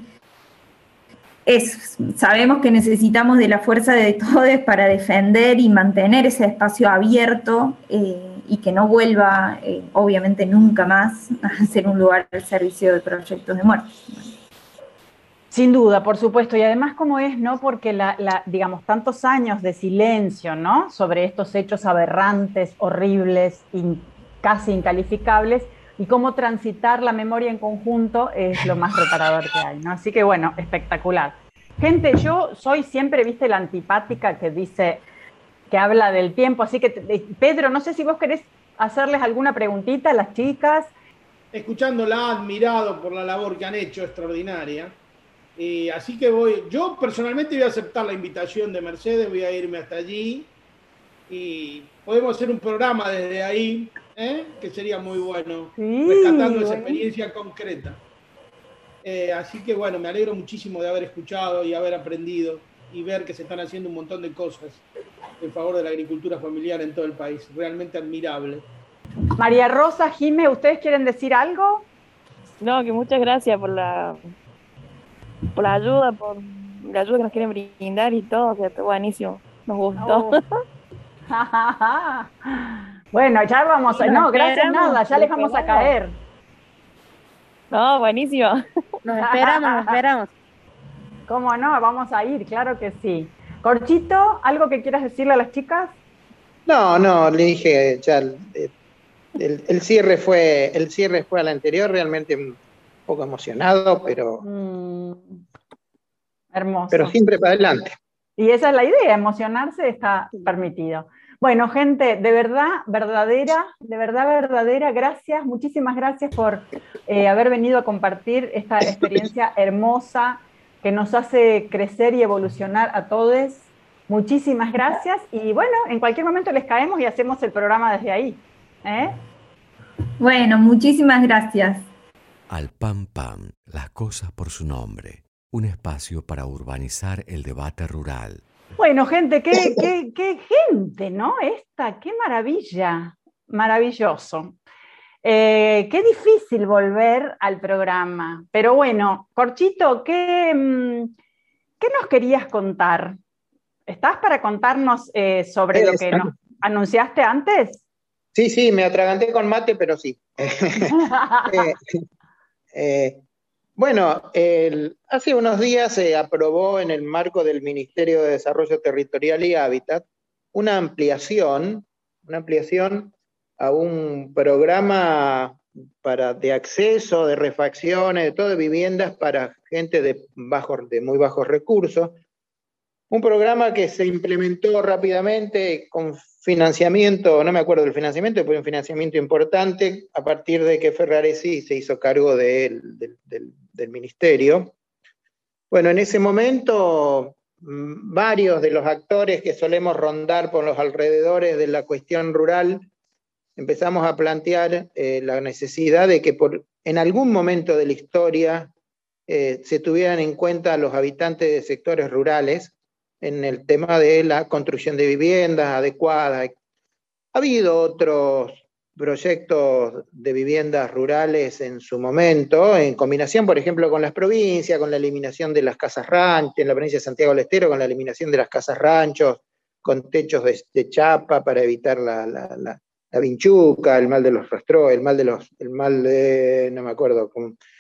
sabemos que necesitamos de la fuerza de todos para defender y mantener ese espacio abierto, y que no vuelva, obviamente nunca más, a ser un lugar al servicio de proyectos de muerte. Sin duda, por supuesto, y además como es, ¿no? Porque digamos, tantos años de silencio, ¿no? Sobre estos hechos aberrantes, horribles, casi incalificables, y cómo transitar la memoria en conjunto es lo más reparador que hay, ¿no? Así que bueno, espectacular. Gente, yo soy siempre, viste, la antipática que habla del tiempo, así que Pedro, no sé si vos querés hacerles alguna preguntita a las chicas. Escuchándola, admirado por la labor que han hecho, extraordinaria. Así que yo personalmente voy a aceptar la invitación de Mercedes, voy a irme hasta allí y podemos hacer un programa desde ahí, que sería muy bueno, sí, rescatando esa experiencia concreta. Así que bueno, me alegro muchísimo de haber escuchado y haber aprendido y ver que se están haciendo un montón de cosas en favor de la agricultura familiar en todo el país. Realmente admirable. María Rosa, Jimé, ¿ustedes quieren decir algo? No, que muchas gracias por la ayuda, que nos quieren brindar y todo, que está buenísimo, nos gustó. Bueno, ya vamos, no, gracias nada, ya les vamos a caer. No, buenísimo. Nos esperamos. ¿Cómo no? Vamos a ir, claro que sí. Corchito, ¿algo que quieras decirle a las chicas? No, le dije ya, el cierre fue al anterior, realmente un poco emocionado, pero hermoso. Pero siempre para adelante. Y esa es la idea, emocionarse está permitido. Bueno, gente, de verdad, verdadera, gracias, muchísimas gracias por haber venido a compartir esta experiencia hermosa que nos hace crecer y evolucionar a todos. Muchísimas gracias y bueno, en cualquier momento les caemos y hacemos el programa desde ahí. Bueno, muchísimas gracias. Al Pam Pam, las cosas por su nombre. Un espacio para urbanizar el debate rural. Bueno, gente, qué gente, ¿no? Qué maravilla, maravilloso. Qué difícil volver al programa. Pero bueno, Corchito, ¿qué nos querías contar? ¿Estás para contarnos sobre lo que nos anunciaste antes? Sí, me atraganté con mate, pero sí. Bueno, hace unos días se aprobó en el marco del Ministerio de Desarrollo Territorial y Hábitat una ampliación a un programa de acceso, de refacciones, de todo, de viviendas para gente de muy bajos recursos. Un programa que se implementó rápidamente con financiamiento, no me acuerdo del financiamiento, pero un financiamiento importante a partir de que Ferraresi se hizo cargo del ministerio. Bueno, en ese momento varios de los actores que solemos rondar por los alrededores de la cuestión rural empezamos a plantear la necesidad de que en algún momento de la historia se tuvieran en cuenta a los habitantes de sectores rurales en el tema de la construcción de viviendas adecuadas. Ha habido otros proyectos de viviendas rurales en su momento, en combinación, por ejemplo, con las provincias, con la eliminación de las casas ranchos, en la provincia de Santiago del Estero, con la eliminación de las casas ranchos, con techos de chapa para evitar la vinchuca, el mal de los rastros, el mal de, no me acuerdo,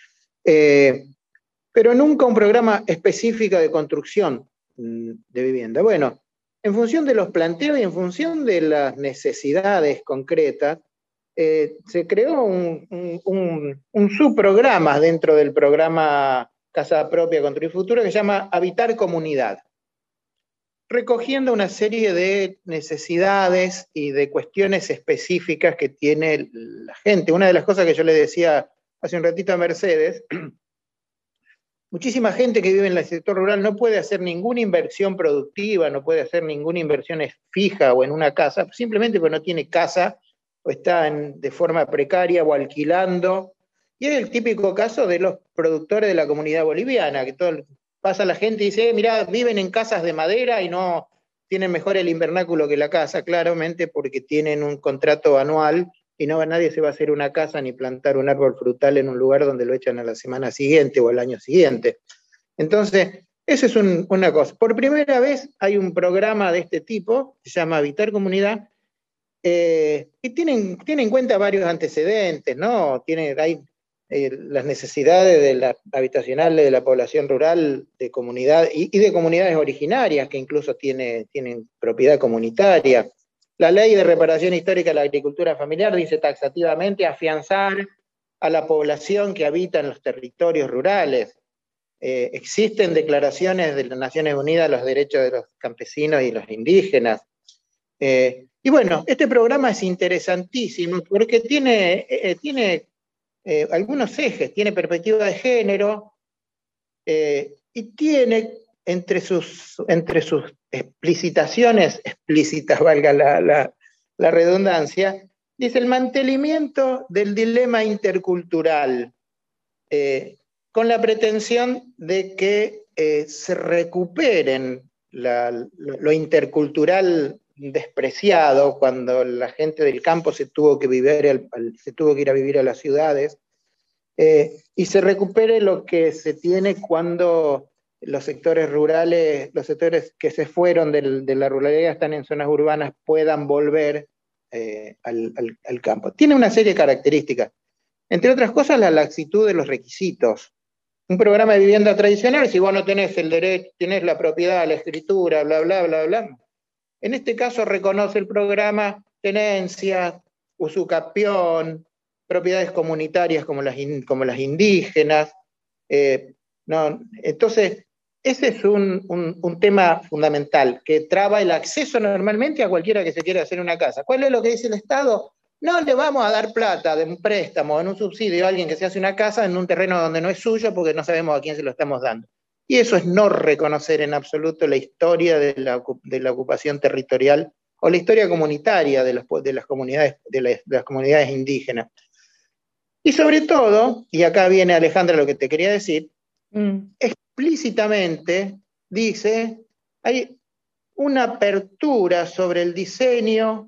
pero nunca un programa específico de construcción de vivienda. Bueno, en función de los planteos y en función de las necesidades concretas, se creó un subprograma dentro del programa Casa Propia Construir Futuro que se llama Habitar Comunidad, recogiendo una serie de necesidades y de cuestiones específicas que tiene la gente. Una de las cosas que yo le decía hace un ratito a Mercedes, muchísima gente que vive en el sector rural no puede hacer ninguna inversión productiva, no puede hacer ninguna inversión fija o en una casa, simplemente porque no tiene casa o está de forma precaria o alquilando. Y es el típico caso de los productores de la comunidad boliviana, que pasa la gente y dice, mirá, viven en casas de madera y no tienen mejor el invernáculo que la casa, claramente porque tienen un contrato anual y nadie se va a hacer una casa ni plantar un árbol frutal en un lugar donde lo echan a la semana siguiente o al año siguiente. Entonces, eso es una cosa. Por primera vez hay un programa de este tipo, se llama Habitar Comunidad, y tiene en cuenta varios antecedentes, ¿no? Hay las necesidades habitacionales de la población rural, de comunidad y de comunidades originarias que incluso tienen propiedad comunitaria. La ley de reparación histórica de la agricultura familiar dice taxativamente afianzar a la población que habita en los territorios rurales. Existen declaraciones de las Naciones Unidas los derechos de los campesinos y los indígenas. Y bueno, este programa es interesantísimo porque tiene algunos ejes, tiene perspectiva de género y tiene entre sus explicitaciones, explícitas valga la redundancia, dice el mantenimiento del dilema intercultural, con la pretensión de que se recuperen lo intercultural despreciado cuando la gente del campo se tuvo que ir a vivir a las ciudades, y se recupere lo que se tiene cuando los sectores rurales, los sectores que se fueron de la ruralidad, están en zonas urbanas, puedan volver al campo. Tiene una serie de características, entre otras cosas la laxitud de los requisitos. Un programa de vivienda tradicional, si vos no tenés el derecho, tenés la propiedad, la escritura, bla, bla, bla, bla. En este caso reconoce el programa tenencia, usucapión, propiedades comunitarias como las indígenas. Entonces, ese es un tema fundamental, que traba el acceso normalmente a cualquiera que se quiera hacer una casa. ¿Cuál es lo que dice el Estado? No le vamos a dar plata de un préstamo, en un subsidio a alguien que se hace una casa en un terreno donde no es suyo porque no sabemos a quién se lo estamos dando. Y eso es no reconocer en absoluto la historia de la ocupación territorial o la historia comunitaria de las comunidades indígenas. Y sobre todo, y acá viene Alejandra lo que te quería decir, explícitamente dice, hay una apertura sobre el diseño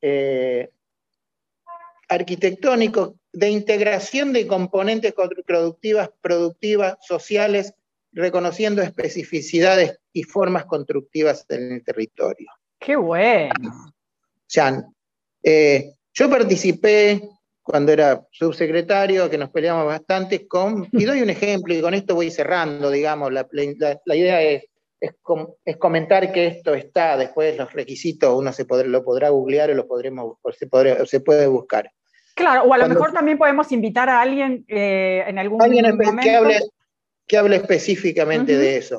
arquitectónico de integración de componentes productivas, sociales, reconociendo especificidades y formas constructivas en el territorio. ¡Qué bueno! Chan. Yo participé cuando era subsecretario, que nos peleamos bastante y doy un ejemplo, y con esto voy cerrando, digamos, la idea es comentar que esto está, después los requisitos uno lo podrá googlear o se puede buscar. Claro, o a lo mejor también podemos invitar a alguien en algún momento que hable específicamente de eso.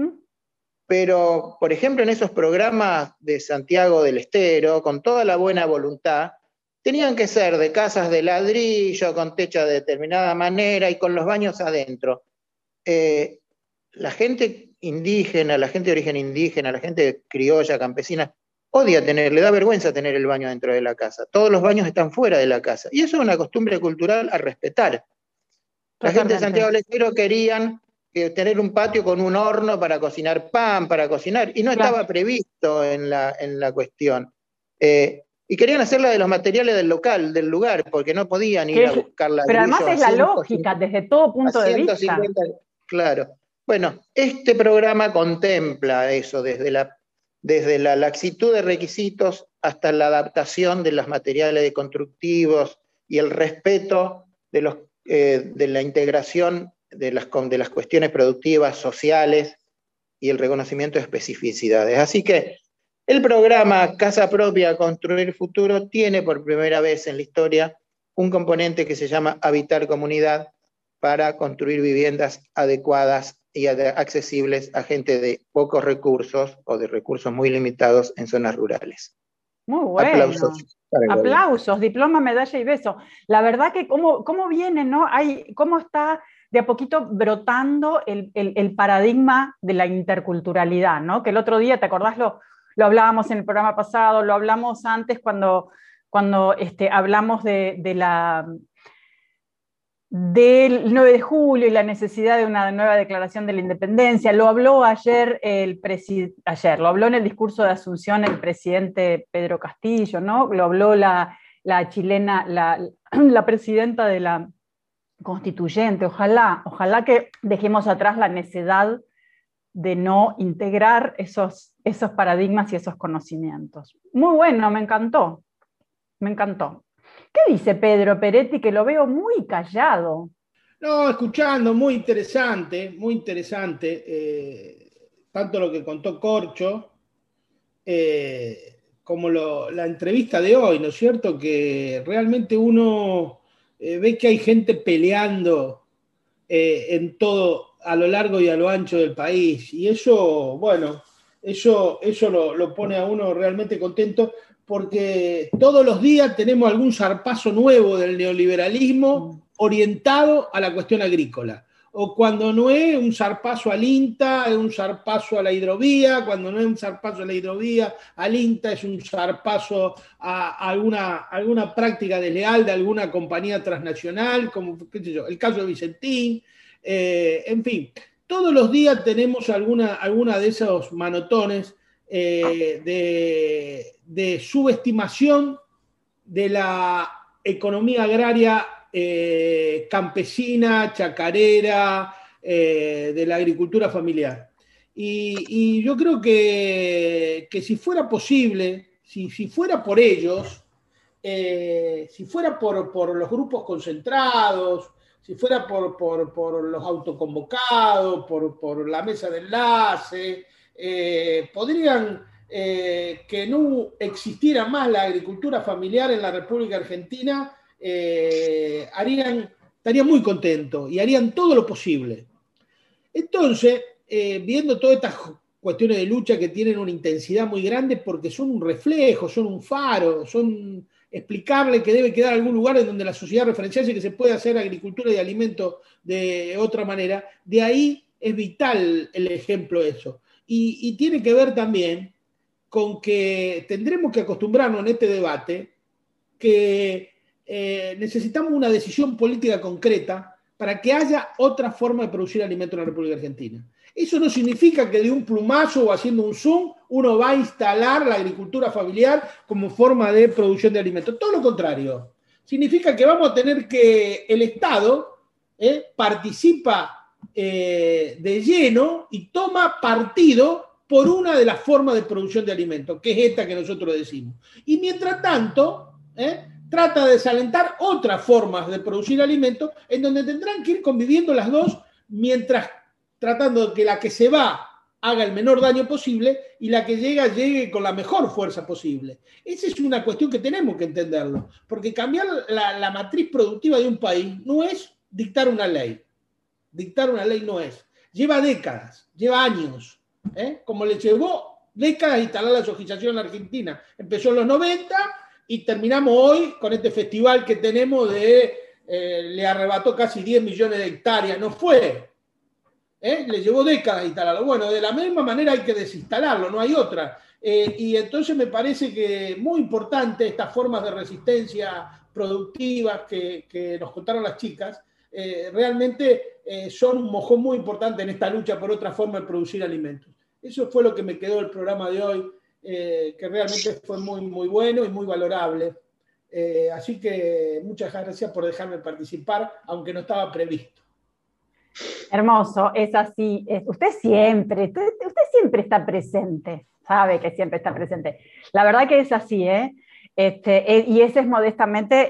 Pero, por ejemplo, en esos programas de Santiago del Estero, con toda la buena voluntad, tenían que ser de casas de ladrillo, con techo de determinada manera y con los baños adentro. La gente indígena, la gente de origen indígena, la gente criolla, campesina, le da vergüenza tener el baño dentro de la casa. Todos los baños están fuera de la casa. Y eso es una costumbre cultural a respetar. La gente de Santiago del Estero querían tener un patio con un horno para cocinar pan, y no estaba previsto en la cuestión. Y querían hacerla de los materiales del lugar, porque no podían ir a buscar la. Pero además es la lógica, desde todo punto de vista. Claro. Bueno, este programa contempla eso, desde la laxitud de requisitos hasta la adaptación de los materiales constructivos y el respeto de la integración de las cuestiones productivas, sociales y el reconocimiento de especificidades. Así que el programa Casa Propia, Construir Futuro tiene por primera vez en la historia un componente que se llama Habitar Comunidad para construir viviendas adecuadas y accesibles a gente de pocos recursos o de recursos muy limitados en zonas rurales. Muy bueno. Aplausos, diploma, medalla y beso. La verdad que cómo viene, ¿no? Cómo está de a poquito brotando el paradigma de la interculturalidad, ¿no? Que el otro día, ¿te acordás? Lo hablábamos en el programa pasado, lo hablamos antes cuando cuando hablamos del 9 de julio y la necesidad de una nueva declaración de la independencia. Lo habló ayer lo habló en el discurso de Asunción el presidente Pedro Castillo, ¿no? Lo habló la chilena, la presidenta de la Constituyente. Ojalá que dejemos atrás la necedad de no integrar esos paradigmas y esos conocimientos. Muy bueno, me encantó. ¿Qué dice Pedro Peretti, que lo veo muy callado? No, escuchando, muy interesante, tanto lo que contó Corcho, como la entrevista de hoy, ¿no es cierto? Que realmente uno ve que hay gente peleando en todo, a lo largo y a lo ancho del país, y eso, bueno, eso lo pone a uno realmente contento, porque todos los días tenemos algún zarpazo nuevo del neoliberalismo orientado a la cuestión agrícola. O cuando no es un zarpazo al INTA, es un zarpazo a la hidrovía; cuando no es un zarpazo a la hidrovía, al INTA es un zarpazo a alguna práctica desleal de alguna compañía transnacional, como qué sé yo, el caso de Vicentín. En fin, todos los días tenemos alguna de esos manotones de subestimación de la economía agraria campesina, chacarera, de la agricultura familiar. Y yo creo que si fuera posible, si fuera por ellos, si fuera por los grupos concentrados, si fuera por los autoconvocados, por la mesa de enlace, podrían que no existiera más la agricultura familiar en la República Argentina, estarían muy contentos y harían todo lo posible. Entonces, viendo todas estas cuestiones de lucha que tienen una intensidad muy grande porque son un reflejo, son un faro, son explicarle que debe quedar algún lugar en donde la sociedad referenciase que se puede hacer agricultura y alimento de otra manera, de ahí es vital el ejemplo de eso. Y tiene que ver también con que tendremos que acostumbrarnos en este debate que necesitamos una decisión política concreta para que haya otra forma de producir alimentos en la República Argentina. Eso no significa que de un plumazo o haciendo un zoom uno va a instalar la agricultura familiar como forma de producción de alimentos. Todo lo contrario. Significa que vamos a tener que el Estado participa de lleno y toma partido por una de las formas de producción de alimentos, que es esta que nosotros decimos. Y mientras tanto, trata de desalentar otras formas de producir alimentos en donde tendrán que ir conviviendo las dos, mientras tratando de que la que se va haga el menor daño posible y la que llega llegue con la mejor fuerza posible. Esa es una cuestión que tenemos que entenderlo, porque cambiar la matriz productiva de un país no es dictar una ley. Dictar una ley no es. Lleva décadas, lleva años, como le llevó décadas instalar la sojización en la Argentina. Empezó en los 90 y terminamos hoy con este festival que tenemos le arrebató casi 10 millones de hectáreas. No fue. Le llevó décadas instalarlo. Bueno, de la misma manera hay que desinstalarlo, no hay otra. Y entonces me parece que muy importante estas formas de resistencia productivas que nos contaron las chicas, realmente son un mojón muy importante en esta lucha por otra forma de producir alimentos. Eso fue lo que me quedó del programa de hoy, que realmente fue muy, muy bueno y muy valorable. Así que muchas gracias por dejarme participar, aunque no estaba previsto. Hermoso, es así. Usted siempre está presente, sabe que siempre está presente. La verdad que es así, y ese es modestamente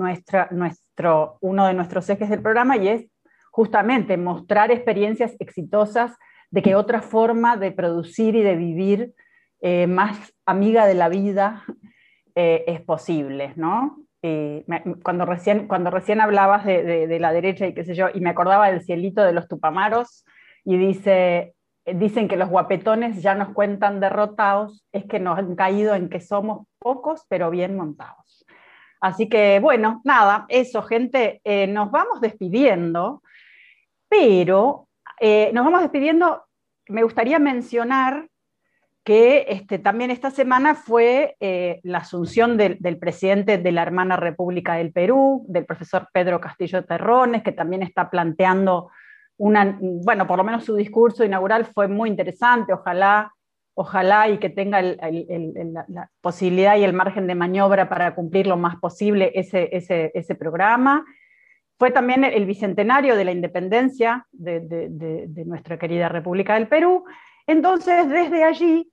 uno de nuestros ejes del programa, y es justamente mostrar experiencias exitosas de que otra forma de producir y de vivir más amiga de la vida es posible, ¿no? Cuando recién hablabas de la derecha y qué sé yo, y me acordaba del cielito de los Tupamaros, y dicen que los guapetones ya nos cuentan derrotados, es que nos han caído en que somos pocos pero bien montados. Así que bueno, nada, eso gente, nos vamos despidiendo, pero me gustaría mencionar que también esta semana fue la asunción del presidente de la hermana República del Perú, del profesor Pedro Castillo Terrones, que también está planteando por lo menos su discurso inaugural fue muy interesante, ojalá y que tenga la posibilidad y el margen de maniobra para cumplir lo más posible ese programa. Fue también el bicentenario de la independencia de nuestra querida República del Perú. Entonces, desde allí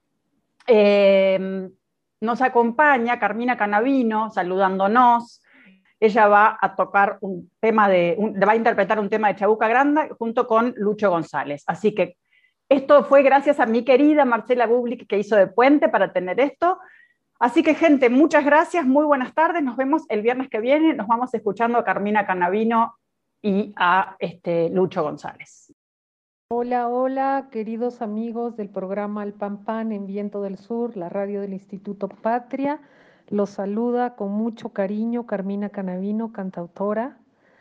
nos acompaña Carmina Canavino saludándonos. Ella va a tocar va a interpretar un tema de Chabuca Granda junto con Lucho González. Así que esto fue gracias a mi querida Marcela Bublik, que hizo de puente para tener esto. Así que, gente, muchas gracias, muy buenas tardes. Nos vemos el viernes que viene. Nos vamos escuchando a Carmina Canavino y a Lucho González. Hola, hola, queridos amigos del programa El Pan Pan en Viento del Sur, la radio del Instituto Patria. Los saluda con mucho cariño Carmina Canavino, cantautora,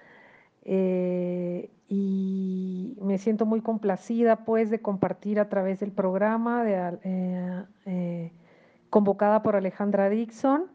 y me siento muy complacida pues de compartir a través del programa convocada por Alejandra Dixon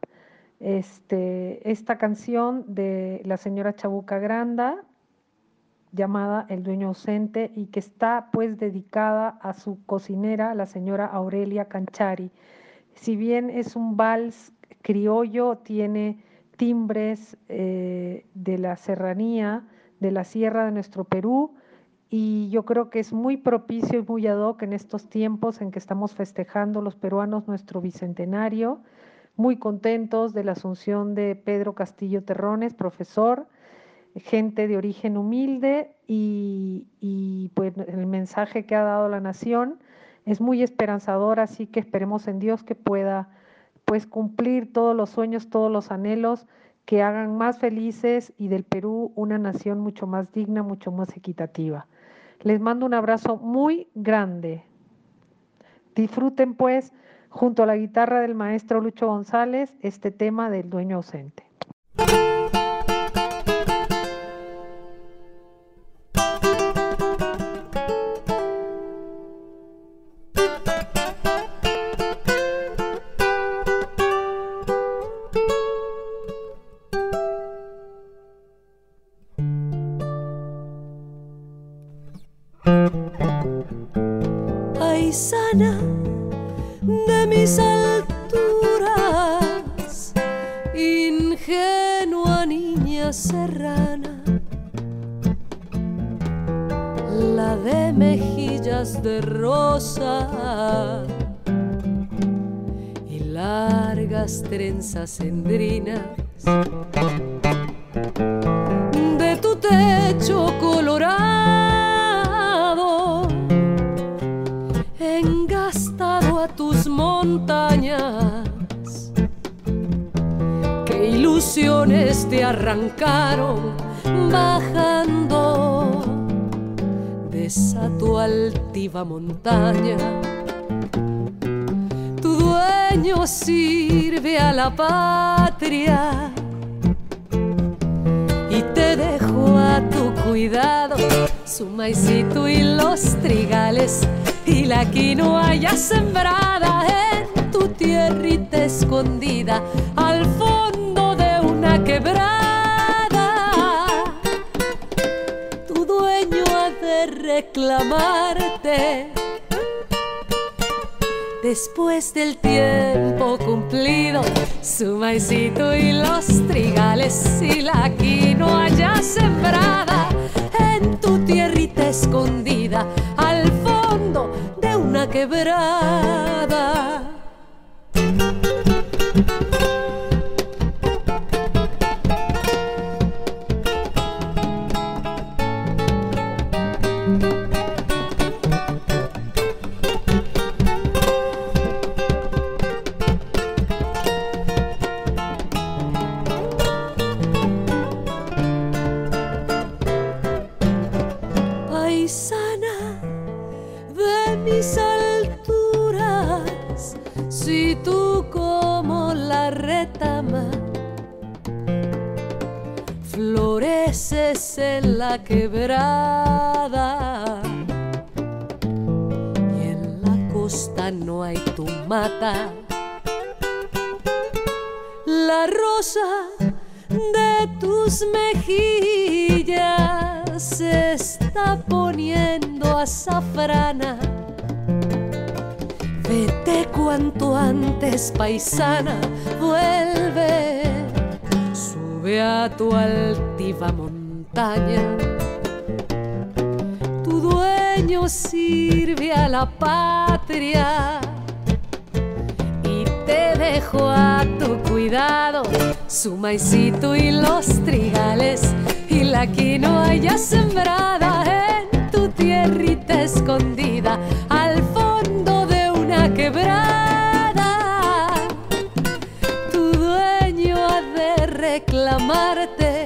esta canción de la señora Chabuca Granda llamada El Dueño Ausente, y que está pues dedicada a su cocinera, la señora Aurelia Canchari. Si bien es un vals criollo, tiene timbres de la serranía, de la sierra de nuestro Perú, y yo creo que es muy propicio y muy ad hoc en estos tiempos en que estamos festejando los peruanos nuestro bicentenario, muy contentos de la asunción de Pedro Castillo Terrones, profesor, gente de origen humilde, y pues el mensaje que ha dado la nación es muy esperanzador, así que esperemos en Dios que pueda pues cumplir todos los sueños, todos los anhelos que hagan más felices y del Perú una nación mucho más digna, mucho más equitativa. Les mando un abrazo muy grande. Disfruten pues, junto a la guitarra del maestro Lucho González, este tema del Dueño Ausente. Paisana de mis alturas, ingenua niña serrana, la de mejillas de rosa y largas trenzas cendrinas, de tu techo colorado, engastado a tus montañas. Qué ilusiones te arrancaron bajando de esa tu altiva montaña. Tu dueño sirve a la patria y te dejó a tu cuidado su maicito y los trigales y la quinoa ya sembrada en tu tierrita escondida al fondo de una quebrada. Tu dueño ha de reclamarte después del tiempo cumplido su maicito y los trigales y la quinoa ya sembrada en tu tierrita escondida al fondo de una quebrada. Floreces en la quebrada y en la costa no hay tu mata. La rosa de tus mejillas se está poniendo azafrana. Vete cuanto antes, paisana, vuelve, sube a tu altiva montaña. Tu dueño sirve a la patria y te dejo a tu cuidado su maicito y los trigales y la quinoa ya sembrada en tu tierrita escondida al fondo de una quebrada. Tu dueño ha de reclamarte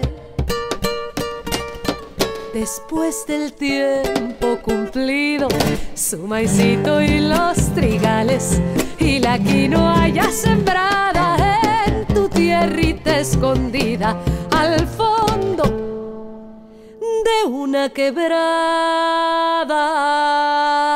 después del tiempo cumplido su maicito y los trigales y la quinoa ya sembrada en tu tierrita escondida al fondo de una quebrada.